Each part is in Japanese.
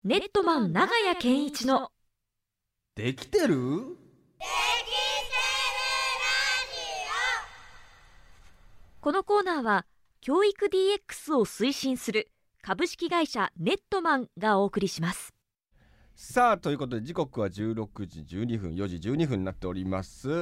ネットマン長屋健一のできてる？ このコーナーは教育 DX を推進する株式会社ネットマンがお送りします。 さあということで時刻は16時12分4時12分になっております。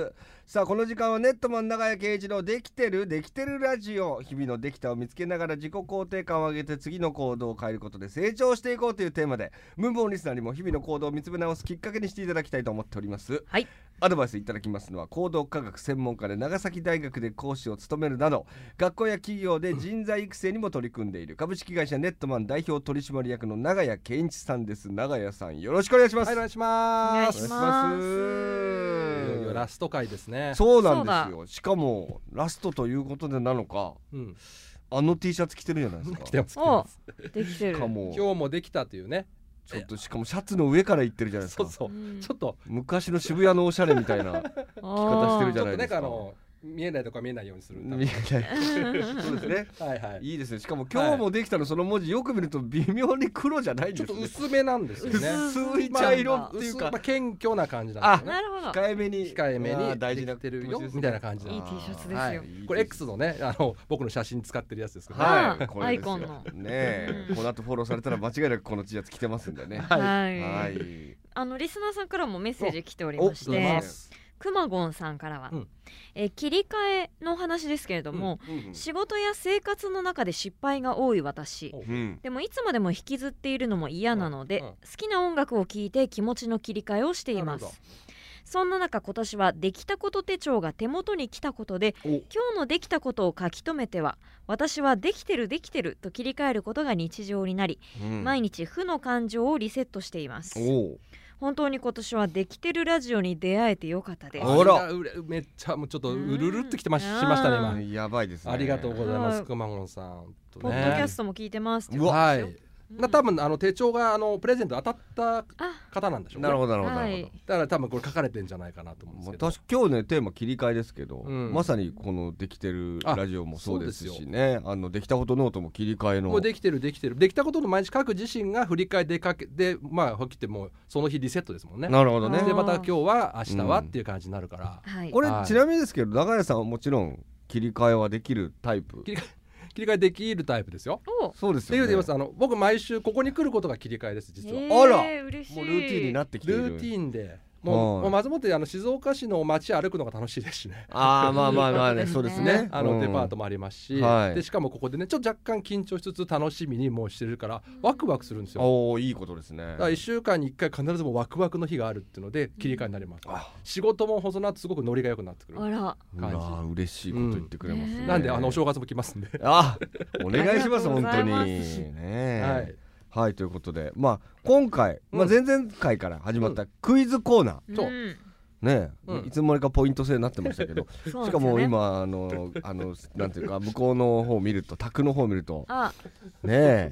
さあこの時間はネットマン長屋圭一のできてるラジオ。日々のできたを見つけながら自己肯定感を上げて次の行動を変えることで成長していこうというテーマで、ムーブオンリスナーにも日々の行動を見つめ直すきっかけにしていただきたいと思っております。 はい、 アドバイスいただきますのは行動科学専門家で長崎大学で講師を務めるなど学校や企業で人材育成にも取り組んでいる株式会社ネットマン代表取締役の長屋健一さんです。長屋さんよろしくお願いします。 はい、お願いします。 お願いします。 いよいよラスト回ですね。 そうなんですよ。しかもラストということでなのか、あの T シャツ着てるじゃないですか。 着てますできてる。 今日もできたというね。 ちょっとしかもシャツの上からいってるじゃないですか。 そう、ちょっと昔の渋谷のおしゃれみたいな着方してるじゃないですか。 ちょっとね、見えないとか見えないようにする。 見えないそうですね。はいはい。いいですね。しかも今日もできたのその文字よく見ると微妙に黒じゃないんですね。 ちょっと薄めなんですよね。 薄い茶色っていうか、 謙虚な感じなんですね。 なるほど。 控えめに大事なってるよみたいな感じ。 いい T シャツですよ。 これ X のね、僕の写真使ってるやつですけど。 はい。 アイコンのね。この後フォローされたら間違いなくこの T シャツ着てますんでね。 はい。リスナーさんからもメッセージ来ておりまして。くまごんさんからは、切り替えの話ですけれども、仕事や生活の中で失敗が多い私、でもいつまでも引きずっているのも嫌なので、好きな音楽を聴いて気持ちの切り替えをしています。そんな中今年はできたこと手帳が手元に来たことで、今日のできたことを書き留めては私はできてると切り替えることが日常になり、毎日負の感情をリセットしています。本当に今年はできてるラジオに出会えてよかったです。 めっちゃもうちょっとうるるってきてしましたね今。 やばいですね。 ありがとうございますくまごんさん。 ポッドキャストも聞いてます。 はい。多分手帳がプレゼント当たった方なんでしょうね。 なるほど。 だから多分これ書かれてんじゃないかなと思うんですけど。 今日ねテーマ切り替えですけど、まさにこのできてるラジオもそうですしね、できたことノートも切り替えの。 もうできてるできたことの毎日書く自身が振り返りで書けで、起きてもその日リセットですもんね。 なるほどね。 でまた今日は明日はっていう感じになるから。 これちなみにですけど長屋さんはもちろん切り替えはできるタイプ？ 切り替えできるタイプですよ。 そうですよね。 で僕毎週ここに来ることが切り替えです実は。 あら、 嬉しい。 もうルーティーンになってきている。 ルーティーンでもうまずもって静岡市の街歩くのが楽しいですしね。 まあね、そうですね。 デパートもありますし、でしかもここでねちょっと若干緊張しつつ楽しみにもうしてるからワクワクするんですよ。 いいことですね。 だから1週間に1回必ずもワクワクの日があるっていうので切り替えになります。仕事もその後すごくノリが良くなってくる感じ。 嬉しいこと言ってくれますね。 なんでお正月も来ますんでお願いします本当にね。はい、ということで今回前々回から始まったクイズコーナーね、いつの間にかポイント制になってましたけど、しかも今なんていうか向こうの方を見ると卓の方を見るとね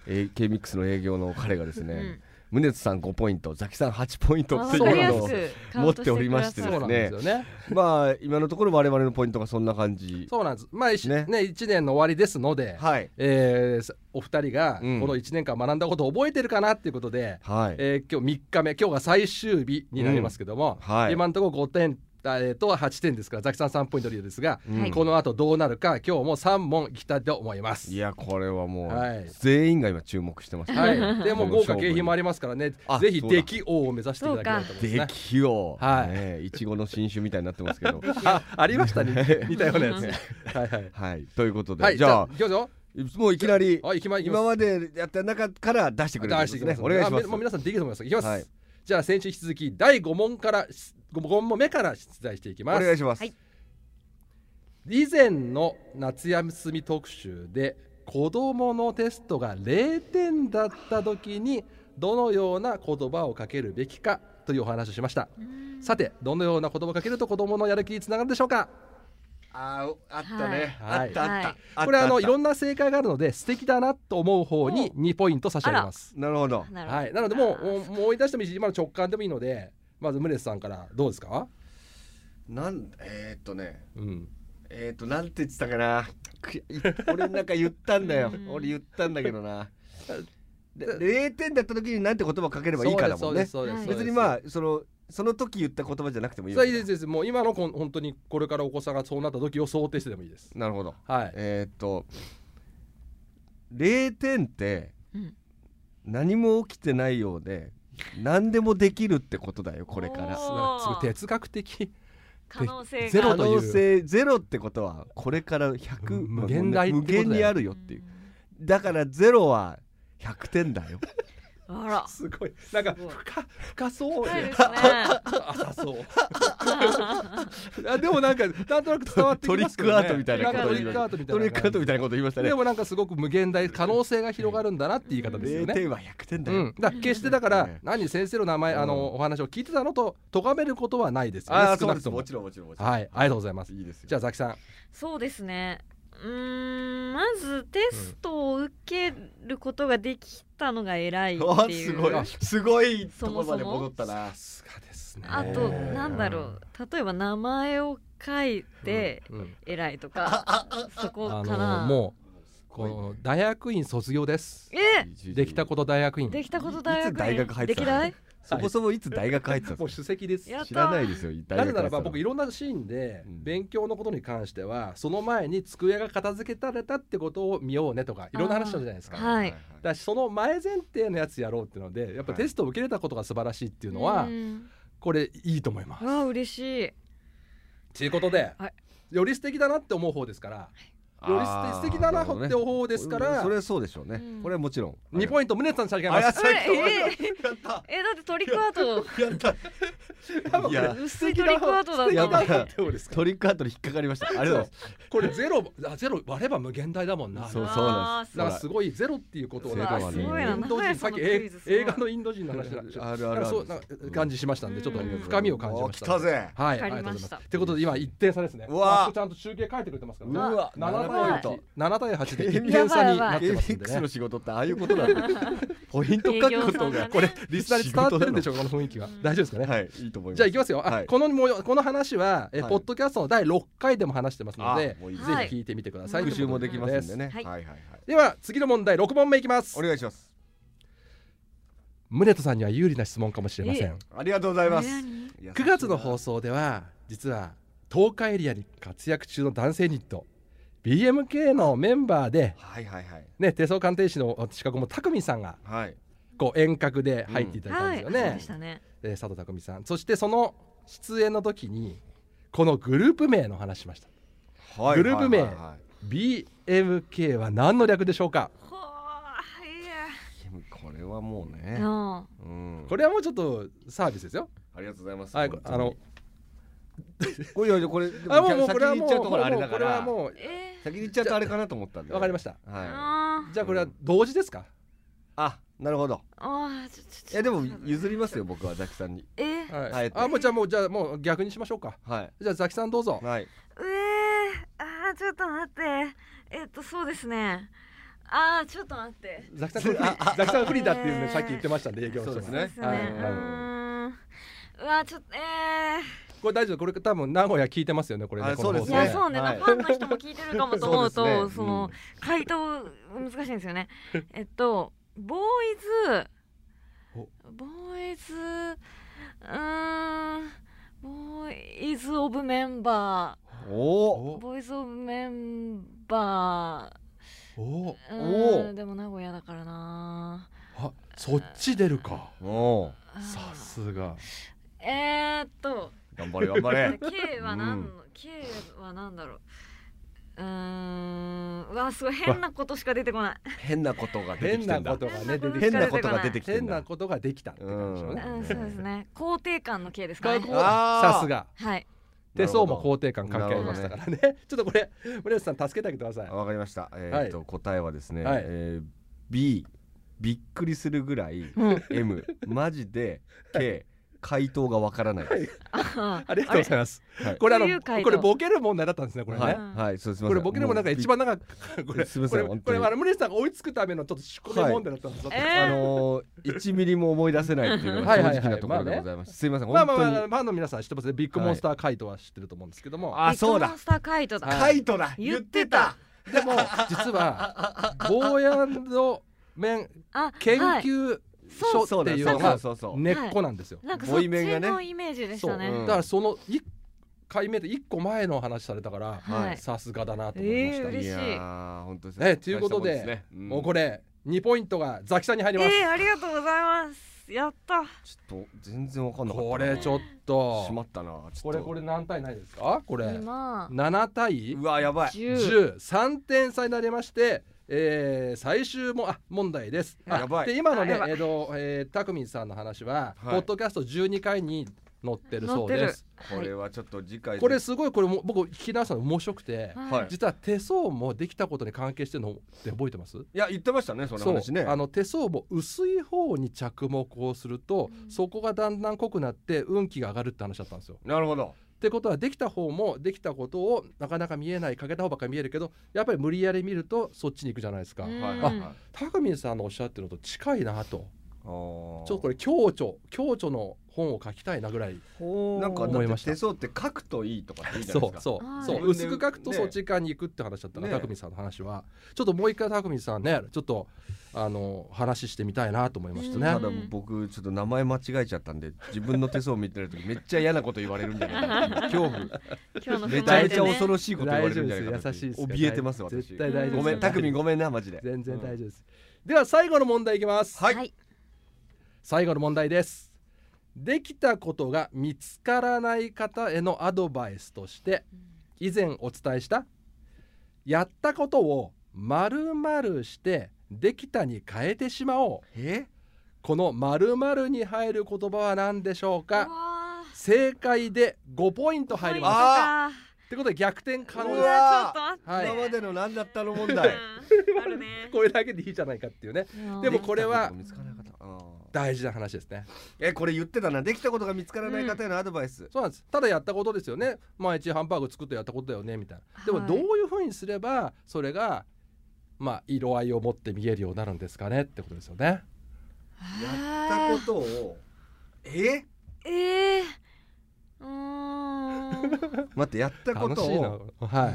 K ミックスの営業の彼がですね、宗津さん5ポイント、ザキさん8ポイントっていうのを持っておりましてですね。今のところ我々のポイントがそんな感じ。 そうなんです。1年の終わりですので、お二人がこの1年間学んだことを覚えてるかなっていうことで、今日3日目、今日が最終日になりますけども、今のところ5点8点ですからザキさん3ポイントリードですが、この後どうなるか今日も3問いきたいと思います。 いやこれはもう全員が今注目してますね。でも豪華景品もありますからね、ぜひ出来王を目指していただきたいと思いますね。 出来王、いちごの新種みたいになってますけどありましたね似たようなやつ。 ということでじゃあもういきなり今までやった中から出してくれるんですね。お願いします。 もう皆さんできると思います。いきます。じゃあ先週引き続き第5問目から出題していきます。 お願いします。 以前の夏休み特集で子どものテストが0点だった時にどのような言葉をかけるべきかというお話をしました。さてどのような言葉をかけると子どものやる気につながるでしょうか。 あったね、あったこれいろんな正解があるので素敵だなと思う方に2ポイント差し上げます。 なるほど。 なのでもう思い出してもいいし今の直感でもいいので、まず宗津さんからどうですか。 なんて言ってたかな俺なんか言ったんだよ俺言ったんだけどな 0点だった時になんて言葉かければいいかだもんね。別にまあその時言った言葉じゃなくてもいい。 そうです。もう今の本当にこれからお子さんがそうなった時を想定してでもいいです。 なるほど。 はい。 0点って何も起きてないようで何でもできるってことだよこれから。 すごい哲学的。 可能性ゼロというゼロってことはこれから100無限にあるよっていう。だからゼロは100点だよ。 あらすごいなんか深そうですね。 浅そうでもなんかなんとなく伝わってきますけどね。 トリックアートみたいなこと言いました。トリックアートみたいなこと言いましたね。 でもなんかすごく無限大可能性が広がるんだなって言い方ですよね。 0点は100点だよ。 だ決してだから何先生の名前お話を聞いてたのと咎めることはないですよね。 少なくとも。もちろん。 はい、ありがとうございます。 いいですよ。 じゃあザキさん。 そうですね。まずテストを受けることができたのが偉いっていう。 すごいところまで戻ったな。 さすがですね。 あとなんだろう、例えば名前を書いて偉いとか、そこかな。 もうこの大学院卒業です。できたこと大学院。 できたこと大学院。 大学入ってた。そもそもいつ大学入ってたんですか。 もう首席です。 知らないですよ。 なぜならば僕いろんなシーンで勉強のことに関してはその前に机が片付けられたってことを見ようねとかいろんな話したじゃないですか。だしその前前提のやつやろうっていうのでやっぱテストを受けれたことが素晴らしいっていうのはこれいいと思います。 嬉しい。 ということでより素敵だなって思う方ですから。より素敵だなって方ですからそれはそうでしょうね。これはもちろん 2ポイント宗さん差し上げます。 だってトリックアートやった。 いや薄いトリックアートだった。 トリックアートに引っかかりました。ありがとうございます。 これゼロ割れば無限大だもんな。 そうなんです。 だからすごいゼロっていうことをすごいな。 インド人さっき映画のインド人の話あるそうな感じしましたんでちょっと深みを感じました。 来たぜ。 はい。ありがとうございます。ということで今1点差ですね。ちゃんと集計書いてくれてますから。 うわ。 7対8で1点差になってますんでね。 KMX の仕事ってああいうことなんだ。ポイント書くことがこれリスナーに伝わってるんでしょうかこの雰囲気は。大丈夫ですかね。 はい、いいと思います。 じゃあいきますよ。この話はポッドキャストの第6回でも話してますのでぜひ聞いてみてください。 復習もできますんでね。 では次の問題6問目いきます。 お願いします。 宗人さんには有利な質問かもしれません。 ありがとうございます。 9月の放送では実は東海エリアに活躍中の男性ユニットBMK のメンバーで、手相鑑定士の資格も匠さんが、こう遠隔で入っていただいたんですよね。佐藤匠さん。そしてその出演の時にこのグループ名の話しました。グループ名 BMK は何の略でしょうか。 これはもうね、 これはもうちょっとサービスですよ。 ありがとうございます。 これ先に言っちゃうところあれだから先に言っちゃうとあれかなと思ったんで。 わかりました。じゃあこれは同時ですか。 あ、なるほど。いやでも譲りますよ僕はザキさんに。じゃあもう逆にしましょうか。じゃあザキさんどうぞ。 ちょっと待って。そうですね。ちょっと待って。 ザキさん不利だっていうのさっき言ってましたんで営業そうですね。 ちょっとこれ大丈夫。これ多分名古屋聞いてますよねこれね。 そうですね。そうね。ファンの人も聞いてるかもと思うとその回答難しいんですよね。ボーイズオブメンバー。ボーイズオブメンバー。でも名古屋だからな。 そっち出るか。さすが。 頑張れ。 K は何だろう。すごい変なことしか出てこない。 変なことが出てきたんだ。 変なことが出てきた。変なことができたって感じね。 そうですね。肯定感の K ですかね。 さすが。 はい。 手相も肯定感関係ありましたからね。ちょっとこれ宗さん助けてあげてください。 わかりました。答えはですね B びっくりするぐらい M マジで K回答がわからないです。 ありがとうございます。これボケる問題だったんですねこれね。 はいそうです。 これボケる問題が一番長くこれすみません本当に。 これ宗さんが追いつくためのちょっと仕込み問題だったんです。 1ミリも思い出せないっていうのが正直なところでございます。すみません本当に。 ファンの皆さん知ってますね。ビッグモンスターカイトは知ってると思うんですけども。 そうだ。 ビッグモンスターカイトだ。 カイトだ。言ってた。 でも実はボーイ研究書っていうのが根っこなんですよ。 なんかそっちのイメージでしたね。 だからその1回目で1個前の話されたからさすがだなと思いました。 嬉しい。 本当ですね。 ということでもうこれ2ポイントがザキさんに入ります。 ありがとうございます。やった。 ちょっと全然わかんなかった。 これちょっとしまったな。 これ何対何ですか？これ今 7対うわやばい 10、3点差になりまして、最終問題です。で今のねたくみんさんの話はポッドキャスト12回に載ってるそうです。 これはちょっと次回これすごい、これも僕聞き直したの面白くて、実は手相もできたことに関係してるのって覚えてます？ いや言ってましたね、その話ね。 手相も薄い方に着目をすると、そこがだんだん濃くなって運気が上がるって話だったんですよ。 なるほど。 ってことはできた方もできたことをなかなか見えない、欠けた方ばっかり見えるけど、やっぱり無理やり見るとそっちに行くじゃないですか。たくみんさんのおっしゃってるのと近いなと。ちょっとこれ共著の本を書きたいなぐらいなんか思いました。手相って書くといいとかっていいじゃないですか。 そう薄く書くとそっち側に行くって話だったら、たくみんさんの話はちょっともう一回たくみんさんねちょっと話してみたいなと思いましたね。 ただ僕ちょっと名前間違えちゃったんで、自分の手相を見てる時めっちゃ嫌なこと言われるんじゃないか恐怖めちゃめちゃ恐ろしいこと言われるんじゃないか。 優しいです。 怯えてます私。 絶対大丈夫。 ごめんたくみん、ごめんなマジで。 全然大丈夫です。では最後の問題いきます。 はい。 最後の問題です。できたことが見つからない方へのアドバイスとして、以前お伝えしたやったことを〇〇してできたに変えてしまおう。この〇〇に入る言葉は何でしょうか？正解で5ポイント入ります。ってことで逆転可能です。 今までの何だったの問題これだけでいいじゃないかっていうね。でもこれは大事な話ですね。 これ言ってたな。できたことが見つからない方へのアドバイス。 そうなんです。ただやったことですよね。毎日ハンバーグ作ってやったことだよねみたいな。でもどういうふうにすればそれが色合いを持って見えるようになるんですかねってことですよね。 やったことを待って、やったことを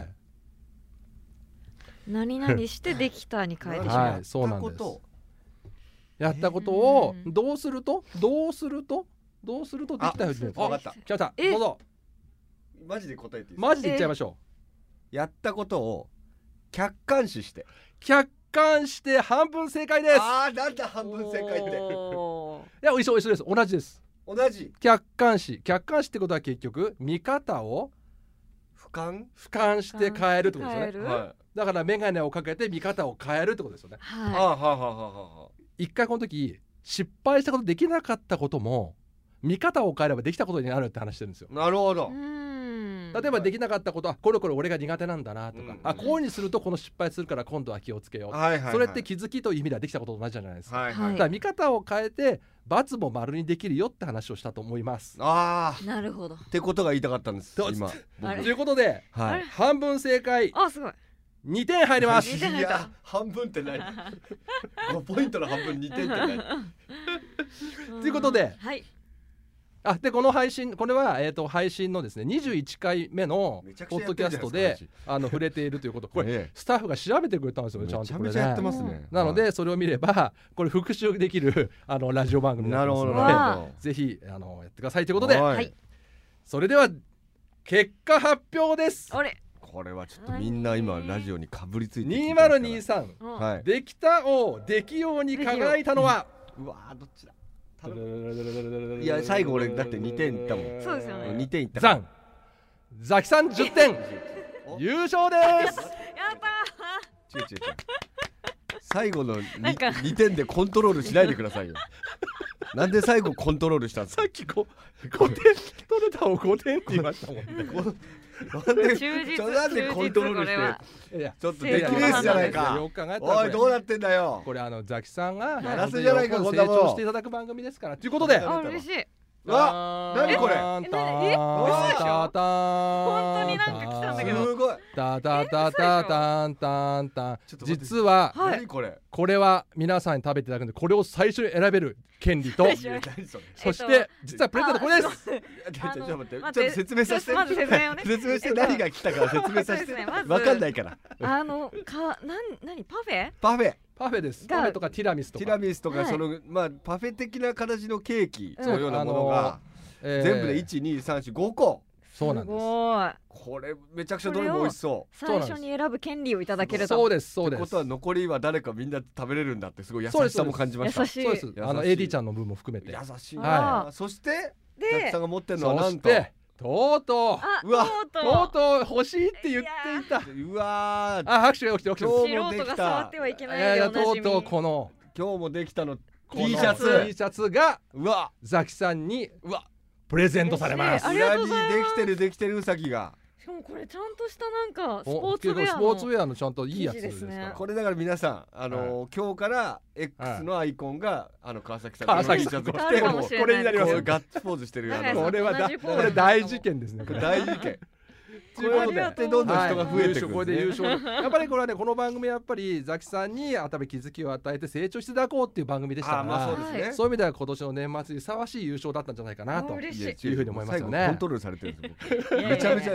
何々してできたに変えてしまう。 そうなんです。やったことをどうするとできたように。 分かった。 きました。どうぞ。 マジで答えていいですか？ マジで言っちゃいましょう。やったことを客観視して半分正解です。なんだ半分正解って。いや一緒です。同じです。 同じ。 客観視ってことは結局見方を俯瞰して変えるってことですよね。だから眼鏡をかけて見方を変えるってことですよね。一回この時失敗したことできなかったことも見方を変えればできたことになるって話してるんですよ。 なるほど。 例えばできなかったことはこれ俺が苦手なんだなとか、こうにするとこの失敗するから今度は気をつけよう、それって気づきという意味ではできたことと同じじゃないですか。だから見方を変えて×も丸にできるよって話をしたと思います。 なるほどってことが言いたかったんです今。 ということで半分正解。 すごい。 2点入ります。 いや半分って何5ポイントの半分2点って何ということで、でこの配信、これは配信のですね21回目のポッドキャストで触れているということ。これスタッフが調べてくれたんですよね。ちゃんとこれね。めちゃめちゃやってますね。なのでそれを見ればこれ復習できるラジオ番組になってますので、ぜひやってくださいということで、それでは結果発表です。 これはちょっとみんな今ラジオにかぶりついて 2023できた王できように輝いたのは、 うわどっちだ。いや最後俺だって2点いったもん。 そうですよね。 2点いった。 ザキさん10点優勝です。 やったー。違う最後の 2点でコントロールしないでくださいよ。なんで最後コントロールしたんですか？ さっき5点取れたを5点って言いましたもんね。 なんでコントロールしてちょっとできレースじゃないか。おいどうなってんだよ。 これザキさんがやらせじゃないか。 成長していただく番組ですからということで。 嬉しい。 何これ。 本当になんか来たんだけど。 すごい。 タタタタタンタンタン。実はこれは皆さんに食べていただくんで、これを最初に選べる権利と、そして実はプレゼントこれです。 ちょっと待って、ちょっと説明させて。まず説明をね。説明して何が来たか説明させて。わかんないから。 何パフェ？ パフェ。 パフェです。パフェとかティラミスとか。 ティラミスとか、そのまあパフェ的な形のケーキのようなものが全部で1、2、3、4、5個。 そうなんです。 これめちゃくちゃどれも美味しそう。 最初に選ぶ権利をいただけると。 そうですそうです。 ってことは残りは誰かみんな食べれるんだってすごい優しさも感じました。 そうです。AD ちゃんの分も含めて。 優しい。はい。そしてザキさんが持ってるのはなんと。 とうとう、 うわ、 とうとう欲しいって言っていた。 うわ、 拍手が起きて素人が触ってはいけないよ。 とうとうこの今日もできたの T シャツがザキさんにプレゼントされます。 裏にできてるうさぎが。 しかもこれちゃんとしたなんかスポーツウェアのちゃんといいやつですから。 これだから皆さん今日から X のアイコンが川崎さんの T シャツ着てもこれになります。ガッツポーズしてるやつ。 これ大事件ですね。 大事件。これやってどんどん人が増えてくる。 これで優勝。やっぱりこれはね、この番組やっぱりザキさんに頭気づきを与えて成長していただこうっていう番組でしたから、そういう意味では今年の年末にふさわしい優勝だったんじゃないかなというふうに思いますよね。 コントロールされてるんですよ。めちゃめちゃ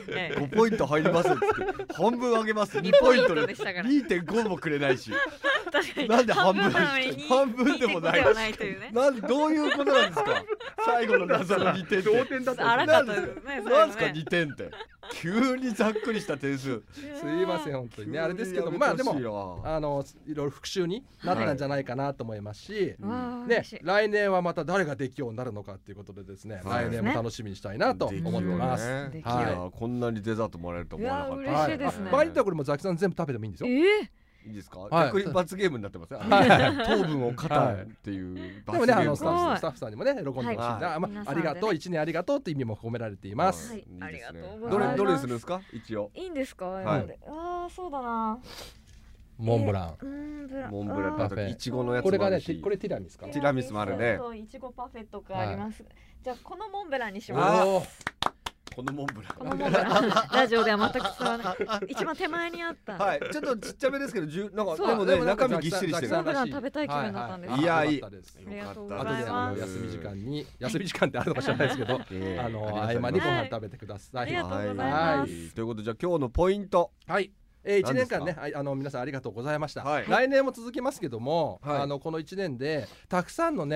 5ポイント入りますって半分上げます。2ポイントで 2.5 もくれないし。なんで半分でもない。なんでどういうことなんですか。最後の謎の2点同点だった。 なんですか2点って。急にざっくりした点数。 すいません本当にね、あれですけど、まあでもいろいろ復習になったんじゃないかなと思いますし、ね、来年はまた誰ができようになるのかっていうことでですね、来年も楽しみにしたいなと思ってます。 こんなにデザートもらえると思わなかった。 嬉しいですね。 場合によってはこれもザキさん全部食べてもいいんですよ。 いいですか。逆に罰ゲームになってます。糖分を肩っていうでもね、スタッフさんにもね喜んでほしいな。ありがとう、1年ありがとうって意味も込められています。 ありがとうございます。 どれにするんですか。一応いいんですか。そうだな。 モンブランパフェ、いちごのやつもあるし。 これティラミスか。 ティラミスもあるね。 いちごパフェとかあります。じゃあこのモンブランにします。 このモンブランラジオでは全く伝わらない。一番手前にあった。 はい、ちょっとちっちゃめですけど、なんかでもね、中身ぎっしりしてる。 モンブラン食べたい気分だったんです。 いや、いい。 ありがとうございます。 休み時間ってあるのか知らないですけど、合間にご飯食べてください。 ありがとうございます。 ということで、じゃあ今日のポイント。 はい。1年間ね、皆さんありがとうございました。来年も続きますけども、この1年でたくさんのね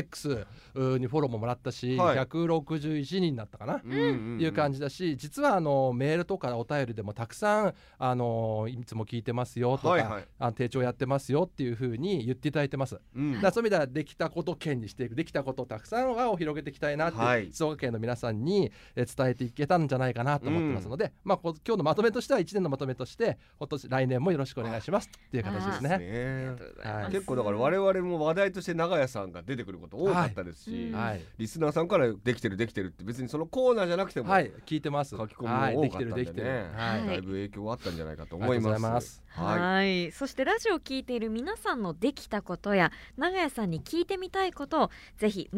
X にフォローももらったし、161人になったかないう感じだし、実はメールとかお便りでもたくさんいつも聞いてますよとか提供やってますよっていう風に言っていただいてます。だからそういう意味ではできたこと県にしていく、できたことをたくさん輪を広げていきたいなって静岡県の皆さんに伝えていけたんじゃないかなと思ってますので、今日のまとめとしては1年のまとめとして今年来年もよろしくお願いしますっていう形ですね。 結構だから我々も話題として長屋さんが出てくること多かったですし、リスナーさんからできてるって別にそのコーナーじゃなくても聞いてます。 書き込みも多かったんでね、だいぶ影響があったんじゃないかと思います。 はい、そしてラジオを聞いている皆さんのできたことや長屋さんに聞いてみたいことをぜひ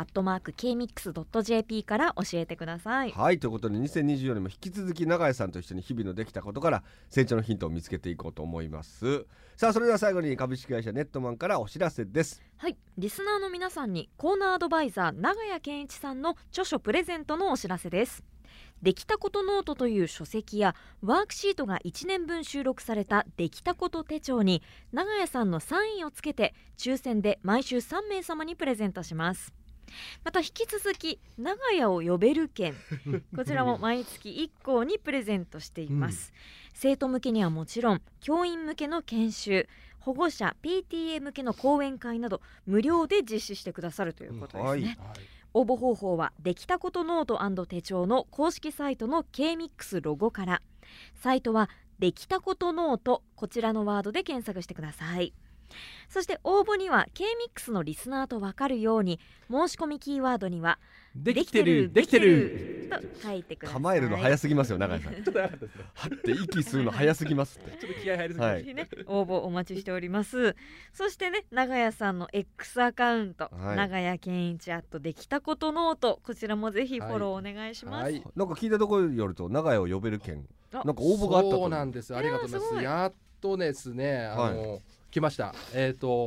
move@kmix.jp から教えてください。 はい、ということで2024年も引き続き長屋さんと一緒に日々のできたことから成長のヒントを見つけていこうと思います。さあ、それでは最後に株式会社ネットマンからお知らせです。 はい、リスナーの皆さんにコーナーアドバイザー長屋健一さんの著書プレゼントのお知らせです。できたことノートという書籍やワークシートが1年分収録されたできたこと手帳に長屋さんのサインをつけて抽選で毎週3名様にプレゼントします。また引き続き長屋を呼べる券こちらも毎月1校にプレゼントしています。生徒向けにはもちろん教員向けの研修、保護者 PTA 向けの講演会など無料で実施してくださるということですね。応募方法はできたことノート&手帳の公式サイトの K-MIX ロゴから。サイトはできたことノート、こちらのワードで検索してください。そして応募には K-MIX のリスナーと分かるように申し込みキーワードにはできてると書いてください。 構えるの早すぎますよ長井さん。ちょっと早かったですね。はって息吸うの早すぎますって。 ちょっと気合入りすぎてね。応募お待ちしております。そしてね、長屋さんの X アカウント、長屋健一できたことノート、こちらもぜひフォローお願いします。 なんか聞いたところによると長屋を呼べる件なんか応募があったと。 そうなんです。ありがとうございます。やっとですね来ました。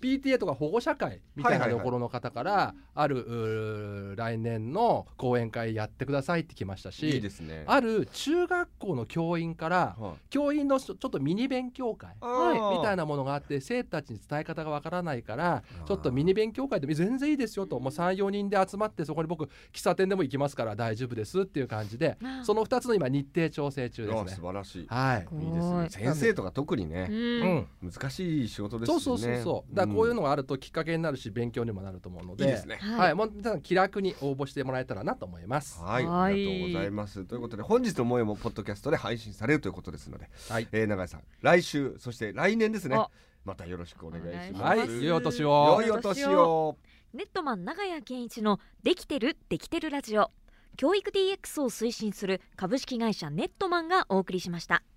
PTA とか保護者会みたいなところの方からある来年の講演会やってくださいって来ましたし、 いいですね、 ある中学校の教員から教員のちょっとミニ勉強会みたいなものがあって、生徒たちに伝え方がわからないからちょっとミニ勉強会で全然いいですよと、もう 3,4 人で集まってそこに僕喫茶店でも行きますから大丈夫ですっていう感じで、その2つの今日程調整中ですね。 素晴らしい、 はい、 いいですね。先生とか特にね、難しい仕事ですしね。 そうだからこういうのがあるときっかけになるし勉強にもなると思うので、いいですね。はい、もう気楽に応募してもらえたらなと思います。 はい、ありがとうございます。ということで本日のもえもポッドキャストで配信されるということですので、はい、永井さん来週そして来年ですね、またよろしくお願いします。 はい、良いお年を。 良いお年を。 ネットマン長谷健一のできてるラジオ、教育 DX を推進する株式会社ネットマンがお送りしました。